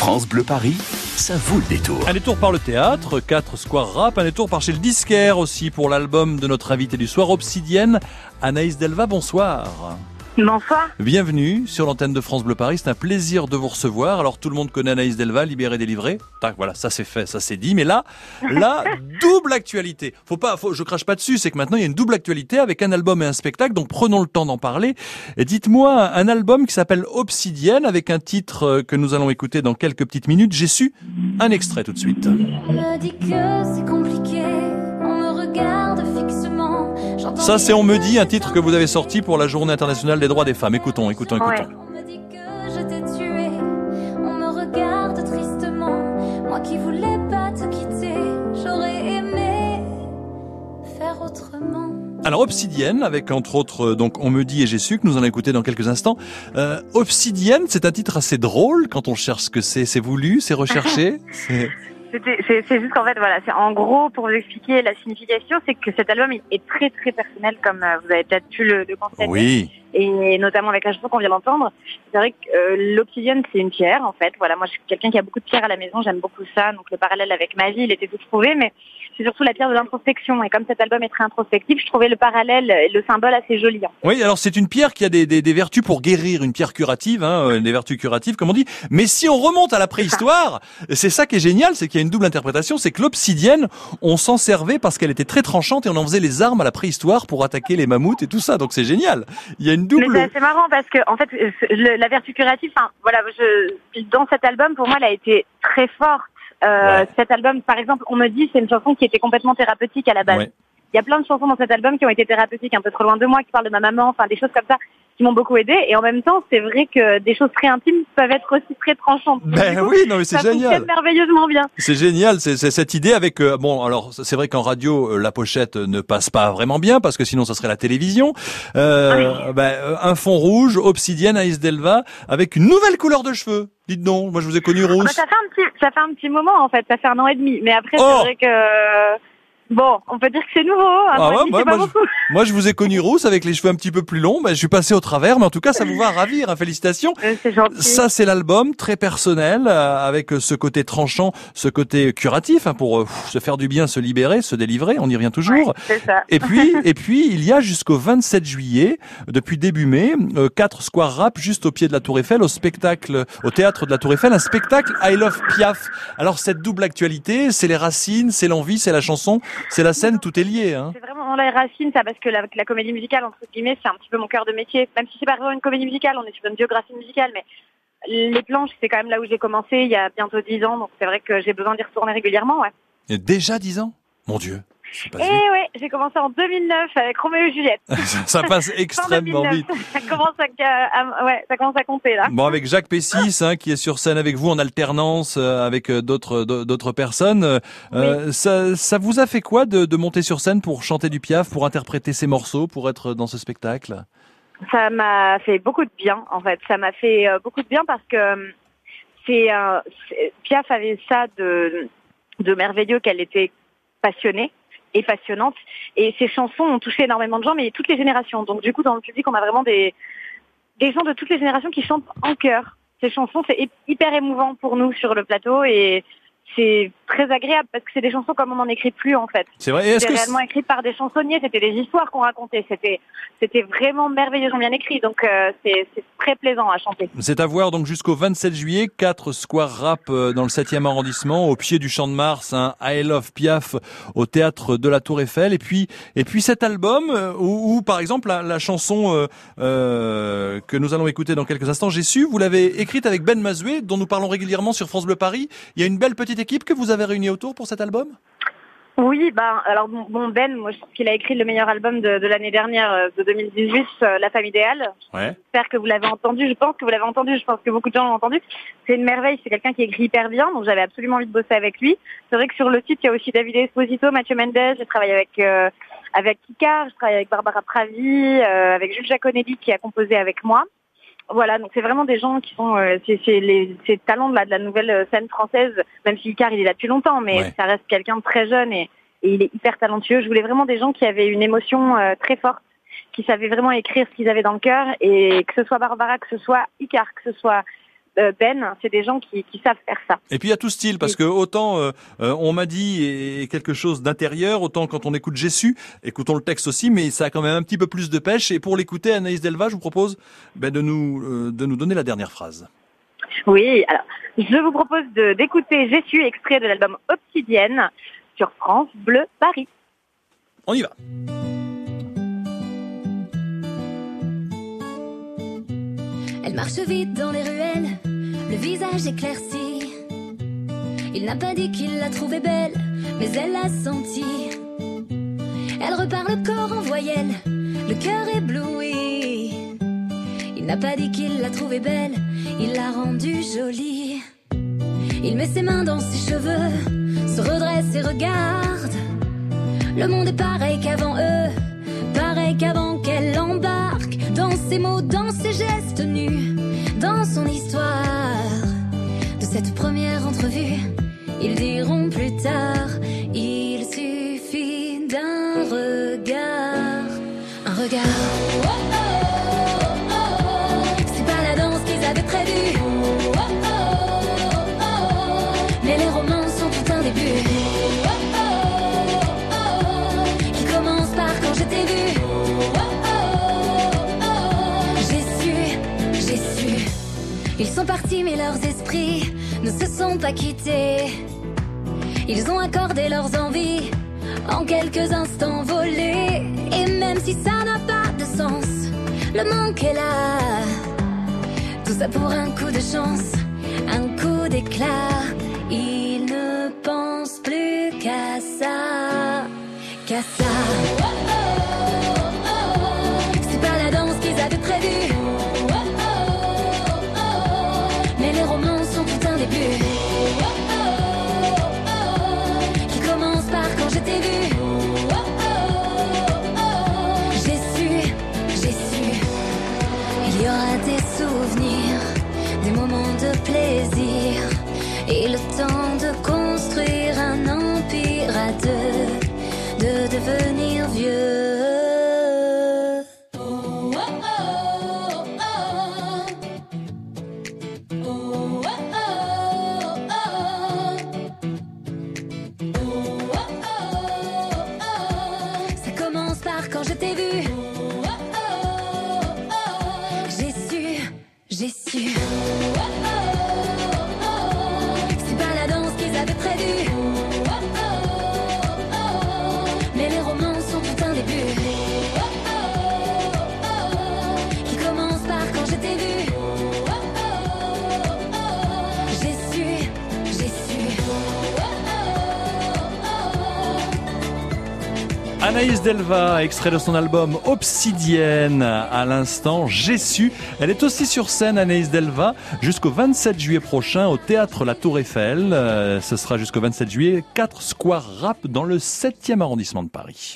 France Bleu Paris, ça vaut le détour. Un détour par le théâtre, 4 Square Rap, un détour par chez le disquaire aussi pour l'album de notre invité du soir, Obsidienne. Anaïs Delva, bonsoir. Bonsoir. Bienvenue sur l'antenne de France Bleu Paris, c'est un plaisir de vous recevoir. Alors tout le monde connaît Anaïs Delva, Libérée, délivrée. Tac, voilà, ça c'est fait, ça c'est dit. Mais là, double actualité. Je crache pas dessus, c'est que maintenant il y a une double actualité avec un album et un spectacle, donc prenons le temps d'en parler. Et dites-moi, un album qui s'appelle Obsidienne avec un titre que nous allons écouter dans quelques petites minutes. J'ai su un extrait tout de suite. On me dit que c'est compliqué, on me regarde fixement. Ça c'est On me dit, un titre que vous avez sorti pour la Journée internationale des droits des femmes. Écoutons. Ouais. On me dit que je t'ai tué, on me regarde tristement. Moi qui voulais pas te quitter, j'aurais aimé faire autrement. Alors Obsidienne, avec entre autres donc On me dit et J'ai su, que nous allons écouter dans quelques instants. Obsidienne, c'est un titre assez drôle quand on cherche ce que c'est. C'est voulu, c'est recherché. C'est juste qu'en fait, voilà, c'est en gros, pour vous expliquer la signification, c'est que cet album est très très personnel, comme vous avez peut-être pu le constater. Oui. Et notamment avec la chanson qu'on vient d'entendre. C'est vrai que l'obsidienne, c'est une pierre, en fait. Voilà, moi, je suis quelqu'un qui a beaucoup de pierres à la maison, j'aime beaucoup ça. Donc le parallèle avec ma vie, il était tout trouvé, mais c'est surtout la pierre de l'introspection. Et comme cet album est très introspectif, je trouvais le parallèle et le symbole assez joli. Oui, alors c'est une pierre qui a des vertus pour guérir, une pierre curative, des vertus curatives, comme on dit. Mais si on remonte à la préhistoire, c'est ça qui est génial, c'est qu'il y a une double interprétation, c'est que l'obsidienne, on s'en servait parce qu'elle était très tranchante et on en faisait les armes à la préhistoire pour attaquer les mammouths et tout ça. Donc c'est génial. Il y a une double. Mais c'est marrant parce que en fait, la vertu curative, dans cet album, pour moi, elle a été très forte. Cet album, par exemple, On me dit, c'est une chanson qui était complètement thérapeutique à la base. Ouais. Il y a plein de chansons dans cet album qui ont été thérapeutiques, Un peu trop loin de moi, qui parlent de ma maman, enfin des choses comme ça qui m'ont beaucoup aidé. Et en même temps, c'est vrai que des choses très intimes peuvent être aussi très tranchantes. Ben oui, non mais c'est génial. Ça fonctionne merveilleusement bien. C'est génial, c'est cette idée avec alors c'est vrai qu'en radio la pochette ne passe pas vraiment bien parce que sinon ça serait la télévision. Un fond rouge, Obsidienne, Anaïs Delva avec une nouvelle couleur de cheveux. Dites donc, moi je vous ai connu rousse. Ça fait un petit moment en fait, ça fait 1 an et demi. Mais après c'est vrai que bon, on peut dire que c'est nouveau. Moi, je vous ai connu rousse avec les cheveux un petit peu plus longs. Je suis passé au travers, mais en tout cas, ça vous va ravir. Félicitations. C'est gentil. Ça, c'est l'album très personnel, avec ce côté tranchant, ce côté curatif, pour se faire du bien, se libérer, se délivrer. On y revient toujours. Ouais, c'est ça. Et puis, il y a jusqu'au 27 juillet, depuis début mai, 4 Square Rap, juste au pied de la Tour Eiffel, au théâtre de la Tour Eiffel, un spectacle I Love Piaf. Alors, cette double actualité, c'est les racines, c'est l'envie, c'est la chanson. C'est la scène, tout est lié. C'est vraiment dans les racines, ça, parce que la comédie musicale, entre guillemets, c'est un petit peu mon cœur de métier. Même si c'est pas vraiment une comédie musicale, on est sur une biographie musicale, mais les planches, c'est quand même là où j'ai commencé il y a bientôt 10 ans, donc c'est vrai que j'ai besoin d'y retourner régulièrement, ouais. Et déjà 10 ans ? Mon Dieu. Ouais, j'ai commencé en 2009 avec Roméo et Juliette. Ça passe extrêmement vite. Ça commence à compter là. Bon, avec Jacques Pessis, qui est sur scène avec vous en alternance avec d'autres personnes. Oui. Ça vous a fait quoi de monter sur scène pour chanter du Piaf, pour interpréter ces morceaux, pour être dans ce spectacle ? Ça m'a fait beaucoup de bien en fait. Ça m'a fait beaucoup de bien parce que Piaf avait ça de merveilleux, qu'elle était passionnée et passionnante, et ces chansons ont touché énormément de gens, mais toutes les générations. Donc du coup, dans le public, on a vraiment des gens de toutes les générations qui chantent en chœur. Ces chansons, c'est hyper émouvant pour nous sur le plateau, et c'est très agréable parce que c'est des chansons comme on n'en écrit plus en fait. C'est vrai. C'était réellement écrit par des chansonniers, c'était des histoires qu'on racontait, c'était vraiment merveilleusement bien écrit, donc c'est très plaisant à chanter. C'est à voir donc jusqu'au 27 juillet, 4 Square Rap dans le 7e arrondissement, au pied du Champ de Mars, I Love Piaf au théâtre de la Tour Eiffel, et puis cet album où par exemple la chanson que nous allons écouter dans quelques instants, J'ai su, vous l'avez écrite avec Ben Mazoué, dont nous parlons régulièrement sur France Bleu Paris. Il y a une belle petite équipe que vous avez réunie autour pour cet album ? Oui, alors Ben, moi je trouve qu'il a écrit le meilleur album de l'année dernière, de 2018, La Femme Idéale. Ouais. J'espère que vous l'avez entendu, je pense que vous l'avez entendu, je pense que beaucoup de gens l'ont entendu. C'est une merveille, c'est quelqu'un qui écrit hyper bien, donc j'avais absolument envie de bosser avec lui. C'est vrai que sur le site, il y a aussi David Esposito, Mathieu Mendes, j'ai travaillé avec Kika, je travaille avec Barbara Pravi, avec Jules Jaconelli qui a composé avec moi. Voilà, donc c'est vraiment des gens qui sont ces talents de la nouvelle scène française, même si Icar il est là depuis longtemps, mais ça reste quelqu'un de très jeune et il est hyper talentueux. Je voulais vraiment des gens qui avaient une émotion très forte, qui savaient vraiment écrire ce qu'ils avaient dans le cœur, et que ce soit Barbara, que ce soit Icar, que ce soit Ben, c'est des gens qui savent faire ça. Et puis il y a tout style, parce que autant on m'a dit et quelque chose d'intérieur, autant quand on écoute Jésus, écoutons le texte aussi, mais ça a quand même un petit peu plus de pêche. Et pour l'écouter, Anaïs Delva, je vous propose de nous donner la dernière phrase. Oui, alors je vous propose d'écouter Jésus, extrait de l'album Obsidienne sur France Bleu Paris. On y va. Elle marche vite dans les ruelles, le visage éclairci. Il n'a pas dit qu'il la trouvait belle, mais elle l'a senti. Elle repart le corps en voyelle, le cœur ébloui. Il n'a pas dit qu'il la trouvait belle, il l'a rendue jolie. Il met ses mains dans ses cheveux, se redresse et regarde. Le monde est pareil qu'avant eux, pareil qu'avant qu'elle l'embarque. Dans ses mots, dans ses gestes nus, dans son histoire. De cette première entrevue, ils diront plus tard, il suffit d'un regard. Un regard. Oh, oh, oh, oh. C'est pas la danse qu'ils avaient prévue. Oh, oh, oh, oh. Mais les romans sont tout un début. Oh, oh, oh, oh. Qui commence par quand je t'ai vu. Oh, oh, oh. J'ai su. Ils sont partis mais leurs esprits ne se sont pas quittés. Ils ont accordé leurs envies en quelques instants volés. Et même si ça n'a pas de sens, le manque est là. Tout ça pour un coup de chance, un coup d'éclat. Ils ne pensent plus qu'à ça, qu'à ça. Oh, oh, oh, oh. C'est pas la danse qu'ils avaient prévue. Oh, oh, oh, oh. Mais les romans sont tout un début. Oh, oh, oh. Qui commence par quand je t'ai vu. Oh, oh, oh. J'ai su. Il y aura des souvenirs, des moments de plaisir et le temps de construire un empire à deux, de devenir vieux. Oh, oh, oh, oh. Oh, oh, oh, oh. Oh, oh, oh, oh. Ça commence par quand je t'ai vu. Oh, oh, oh, oh. J'ai su. Oh, oh, oh. C'est pas la danse qu'ils avaient prévue. Oh, oh, oh. Mais les romans sont tout un début. Oh, oh, oh. Qui commence par quand je t'ai vu. Oh, oh, oh. J'ai su. Oh, oh, oh. Anaïs Delva, extrait de son album Obsidienne, à l'instant J'ai su. Elle est aussi sur scène, Anaïs Delva, jusqu'au 27 juillet prochain au Théâtre La Tour Eiffel. Ce sera jusqu'au 27 juillet, 4 Square Rap dans le 7e arrondissement de Paris.